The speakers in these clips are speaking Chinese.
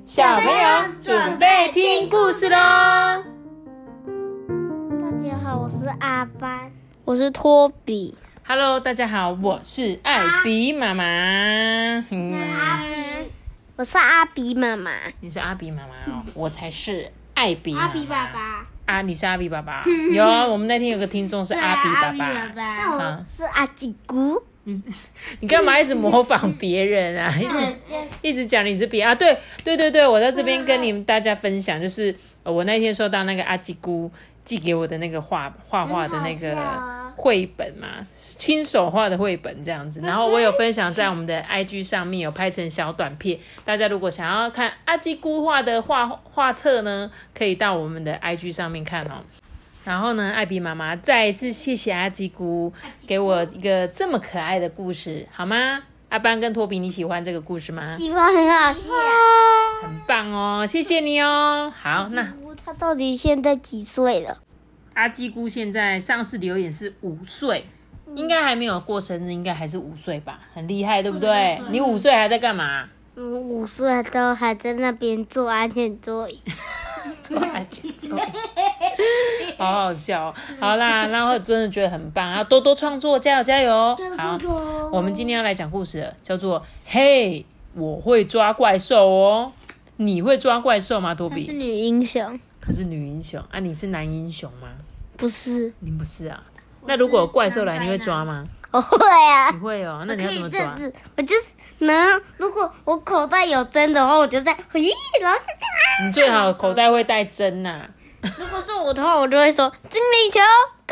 小朋友准备听故事咯。 大家好，我是阿班，我是托比。 Hello， 大家好，我是艾比妈妈。 我是阿比妈妈。 你是阿比妈妈哦，我才是艾比妈妈。 阿比爸爸。 啊，你是阿比爸爸？有啊，我们那天有个听众是阿比爸爸。 那我是阿吉姑。 你干嘛一直模仿别人啊？一直讲你是别啊？对，我在这边跟你们大家分享，就是我那天收到那个阿吉姑寄给我的那个画画的那个绘本嘛，亲手画的绘本这样子。然后我有分享在我们的 IG 上面，有拍成小短片。大家如果想要看阿吉姑画的画册呢，可以到我们的 IG 上面看哦。然后呢，艾比妈妈再一次谢谢阿吉姑给我一个这么可爱的故事，好吗？阿班跟托比，你喜欢这个故事吗？ 喜欢，很好笑， 很棒哦，谢谢你哦。好，那他到底现在几岁了？ 阿吉姑现在上次留言是5岁，应该还没有过生日，应该还是5岁吧，很厉害，对不对？你5岁还在干嘛 ？5岁都还在那边做安全座椅。 做安全座椅，好好笑哦。好啦，然后真的觉得很棒，要多多创作，加油加油哦。好，我们今天要来讲故事了，叫做嘿，我会抓怪兽哦。你会抓怪兽吗，托比？ 她是女英雄。 她是女英雄啊？你是男英雄吗？ 不是， 你不是啊？那如果有怪兽来，你会抓吗？ 我会啊。 你会哦？那你要怎么抓？ 我就是拿，如果我口袋有针的话，我就在咦，然后你最好口袋会带针呐。 如果是我的话，我就会说精灵球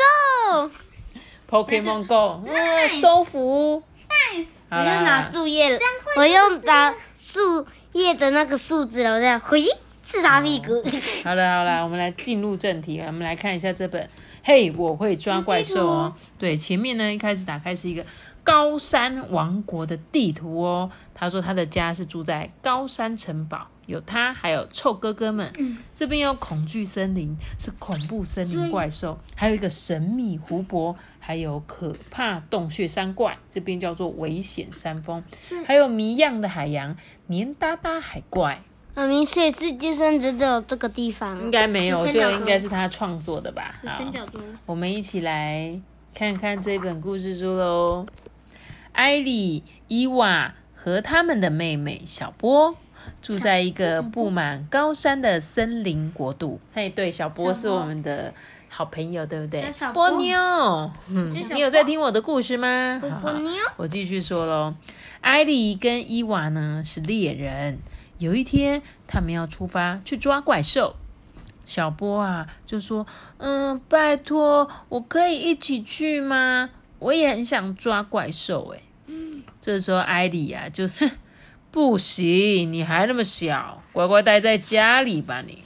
Go，Pokemon Go， 收服。 我就拿树叶，我用拿树叶的那个树枝，然后这样咦，刺他屁股。 好了，我们来进入正题了。我们来看一下这本嘿，我会抓怪兽哦。对，前面呢一开始打开是一个高山王国的地图哦。他说他的家是住在高山城堡，有他还有臭哥哥们。这边有恐惧森林，是恐怖森林怪兽，还有一个神秘湖泊，还有可怕洞穴山怪，这边叫做危险山峰，还有谜样的海洋，黏哒哒海怪。 妈咪，所以世界上真的有这个地方？ 应该没有，我觉得应该是他创作的吧。好， 三角洲。 我们一起来看看这本故事书咯。艾莉、伊娃和他们的妹妹小波住在一个布满高山的森林国度。嘿，对，小波是我们的好朋友，对不对？波妞，你有在听我的故事吗？ 波妞， 我继续说咯。艾莉跟伊娃呢是猎人，有一天他们要出发去抓怪兽。小波啊就说：“拜托，我可以一起去吗？我也很想抓怪兽。”这时候艾莉啊就是不行，你还那么小，乖乖待在家里吧你。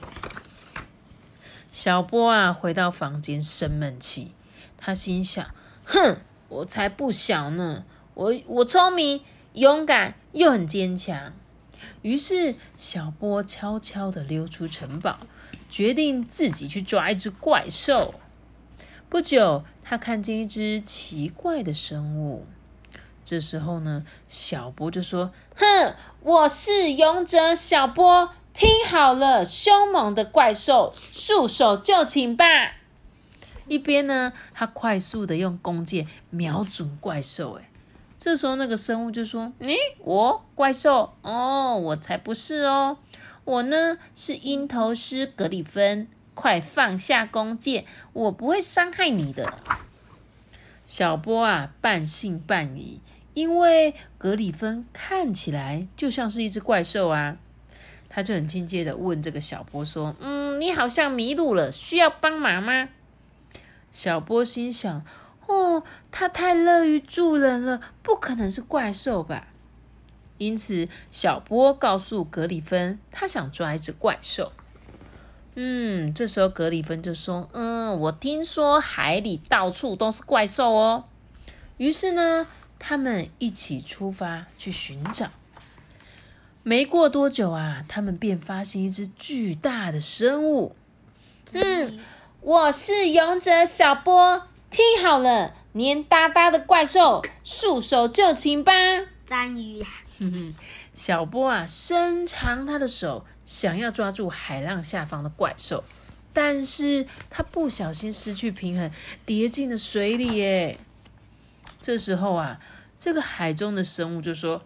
小波啊回到房间生闷气，他心想：哼，我才不小呢，我聪明、勇敢又很坚强。于是小波悄悄地溜出城堡，决定自己去抓一只怪兽。不久，他看见一只奇怪的生物。这时候呢，小波就说：“哼，我是勇者小波，听好了，凶猛的怪兽，束手就擒吧！”一边呢，他快速的用弓箭瞄准怪兽。这时候那个生物就说：“我怪兽？哦，我才不是哦，我呢是鹰头狮格里芬，快放下弓箭，我不会伤害你的。”小波啊，半信半疑。因为格里芬看起来就像是一只怪兽啊，他就很亲切的问这个小波说：“你好像迷路了，需要帮忙吗？”小波心想：“他太乐于助人了，不可能是怪兽吧？”因此，小波告诉格里芬，他想抓一只怪兽。这时候格里芬就说：“我听说海里到处都是怪兽哦。”于是呢，他们一起出发去寻找。没过多久啊，他们便发现一只巨大的生物。我是勇者小波，听好了，黏哒哒的怪兽，束手就擒吧！ 章鱼。 小波啊，伸长他的手， 想要抓住海浪下方的怪兽，但是他不小心失去平衡，跌进了水里耶。这时候啊，这个海中的生物就说：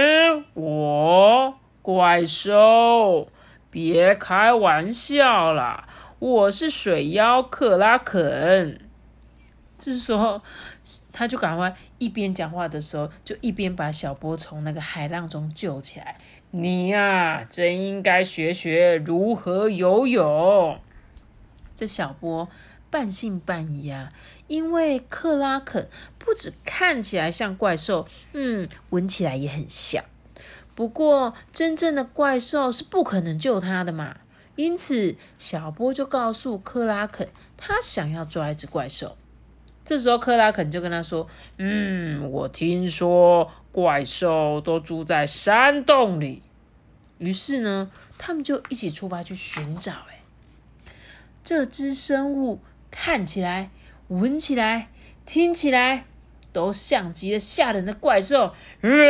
怪兽，别开玩笑啦，我是水妖克拉肯。这时候他就赶快一边讲话的时候，就一边把小波从那个海浪中救起来。你呀，真应该学学如何游泳。这小波半信半疑啊，因为克拉肯不只看起来像怪兽，闻起来也很像。不过真正的怪兽是不可能救他的嘛，因此小波就告诉克拉肯，他想要抓一只怪兽。这时候克拉肯就跟他说：我听说怪兽都住在山洞里。于是呢，他们就一起出发去寻找。这只生物看起来、闻起来、听起来都像极了吓人的怪兽。不知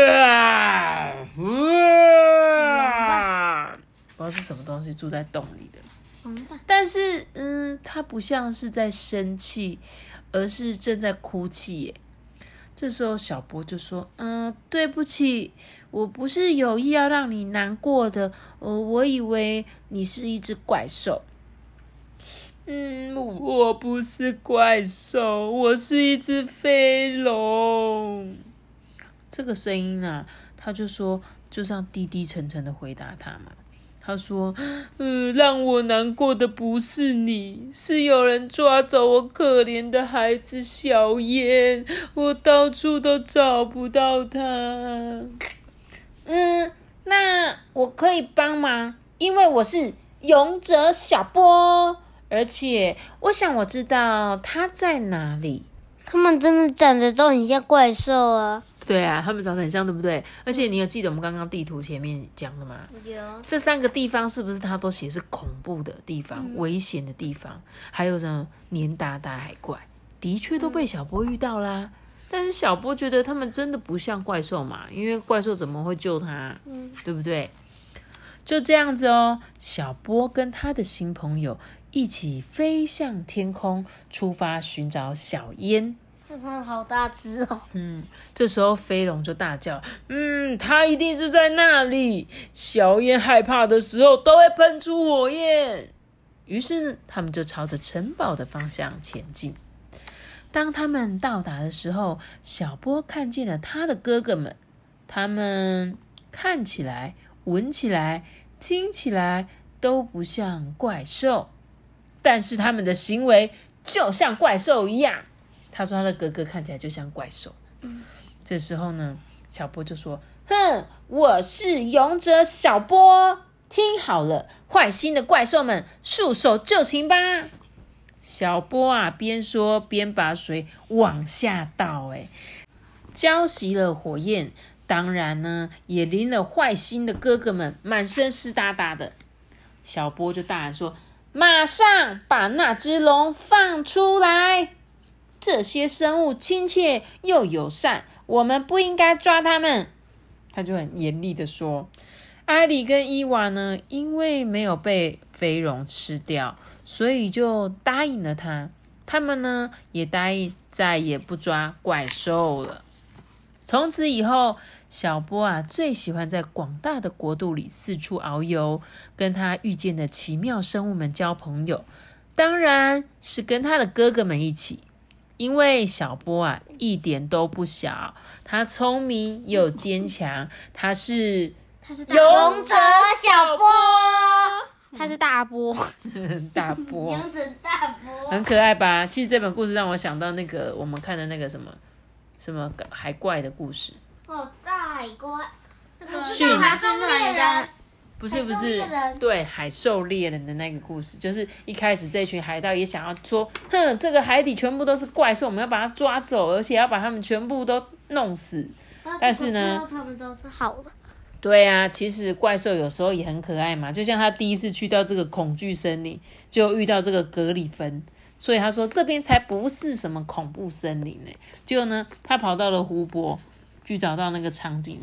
道是什么东西住在洞里的，但是它不像是在生气，而是正在哭泣耶。这时候小波就说：对不起，我不是有意要让你难过的，我以为你是一只怪兽。我不是怪兽，我是一只飞龙。这个声音啊，他就说，就像低低沉沉的回答他嘛。他说：让我难过的不是你，是有人抓走我可怜的孩子小燕，我到处都找不到他。那我可以帮忙，因为我是勇者小波，而且我想我知道他在哪里。 他们真的长得都很像怪兽啊。 对啊，他们长得很像，对不对？而且你有记得我们刚刚地图前面讲的吗？ 有。 这3个地方是不是他都写是恐怖的地方、危险的地方？还有什么黏打大海怪，的确都被小波遇到啦。但是小波觉得他们真的不像怪兽嘛，因为怪兽怎么会救他？对不对？就这样子哦，小波跟他的新朋友一起飞向天空，出发寻找小燕。 它好大只哦。 这时候飞龙就大叫：它一定是在那里。小燕害怕的时候都会喷出火焰。于是呢，他们就朝着城堡的方向前进。当他们到达的时候，小波看见了他的哥哥们，他们看起来、闻起来、听起来都不像怪兽，但是他们的行为就像怪兽一样。他说他的哥哥看起来就像怪兽。这时候呢，小波就说：我是勇者小波，听好了，坏心的怪兽们，束手就擒吧。小波啊，边说边把水往下倒，浇熄了火焰，当然呢，也淋了坏心的哥哥们，满身湿哒哒的。小波就大喊说：马上把那只龙放出来！这些生物亲切又友善，我们不应该抓他们。他就很严厉的说。阿里跟伊娃呢，因为没有被飞龙吃掉，所以就答应了他。他们呢，也答应再也不抓怪兽了。从此以后，小波啊，最喜欢在广大的国度里四处遨游，跟他遇见的奇妙生物们交朋友，当然是跟他的哥哥们一起。因为小波啊，一点都不小，他聪明又坚强，他是勇者小波， 他是大波， 大波， 勇者大波， 很可爱吧？其实这本故事让我想到那个我们看的那个什么海怪的故事。 大海怪，那个驯海兽猎人。 不是，对，海兽猎人的那个故事，就是一开始这群海盗也想要说，这个海底全部都是怪兽，我们要把它抓走，而且要把他们全部都弄死。但是呢， 他们都是好的。 对啊，其实怪兽有时候也很可爱嘛，就像他第一次去到这个恐惧森林，就遇到这个格里芬，所以他说这边才不是什么恐怖森林呢。结果呢，他跑到了湖泊，去找到那个长颈兽，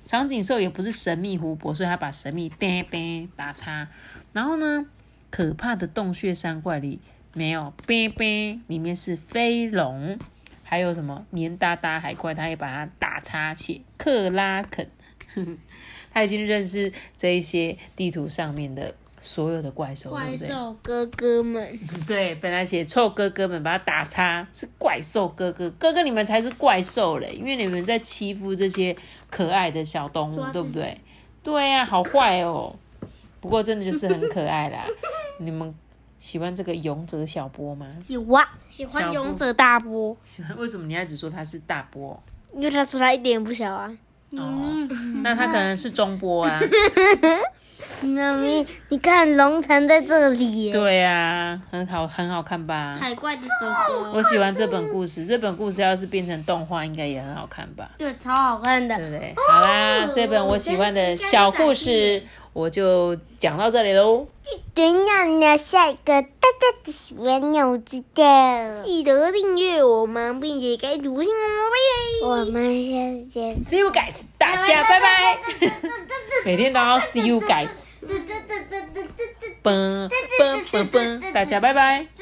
长颈兽也不是神秘湖泊，所以他把神秘打叉。然后呢，可怕的洞穴山怪里没有里面是飞龙，还有什么黏哒哒海怪，他也把它打叉写克拉肯。他已经认识这一些地图上面的所有的怪兽， 怪兽哥哥们。 对，本来写臭哥哥们，把它打叉是怪兽哥哥，你们才是怪兽嘞，因为你们在欺负这些可爱的小动物，对不对？对啊，好坏哦。不过真的就是很可爱啦。你们喜欢这个勇者小波吗？ 喜欢勇者大波。 喜欢？为什么你一直说他是大波？ 因为他说他一点也不小啊。 那他可能是中波啊。 妈咪，你看龙藏在这里耶。 对啊，很好看吧？ 海怪的手手。 我喜欢这本故事，这本故事要是变成动画，应该也很好看吧？ 对，超好看的， 对不对？好啦，这本我喜欢的小故事我就讲到这里喽。 记得要留下一个大大的喜欢钮知道，记得订阅我们，并且该读信哦，我们下次见 See you guys， 大家拜拜。每天都要 See you guys， 大家拜拜。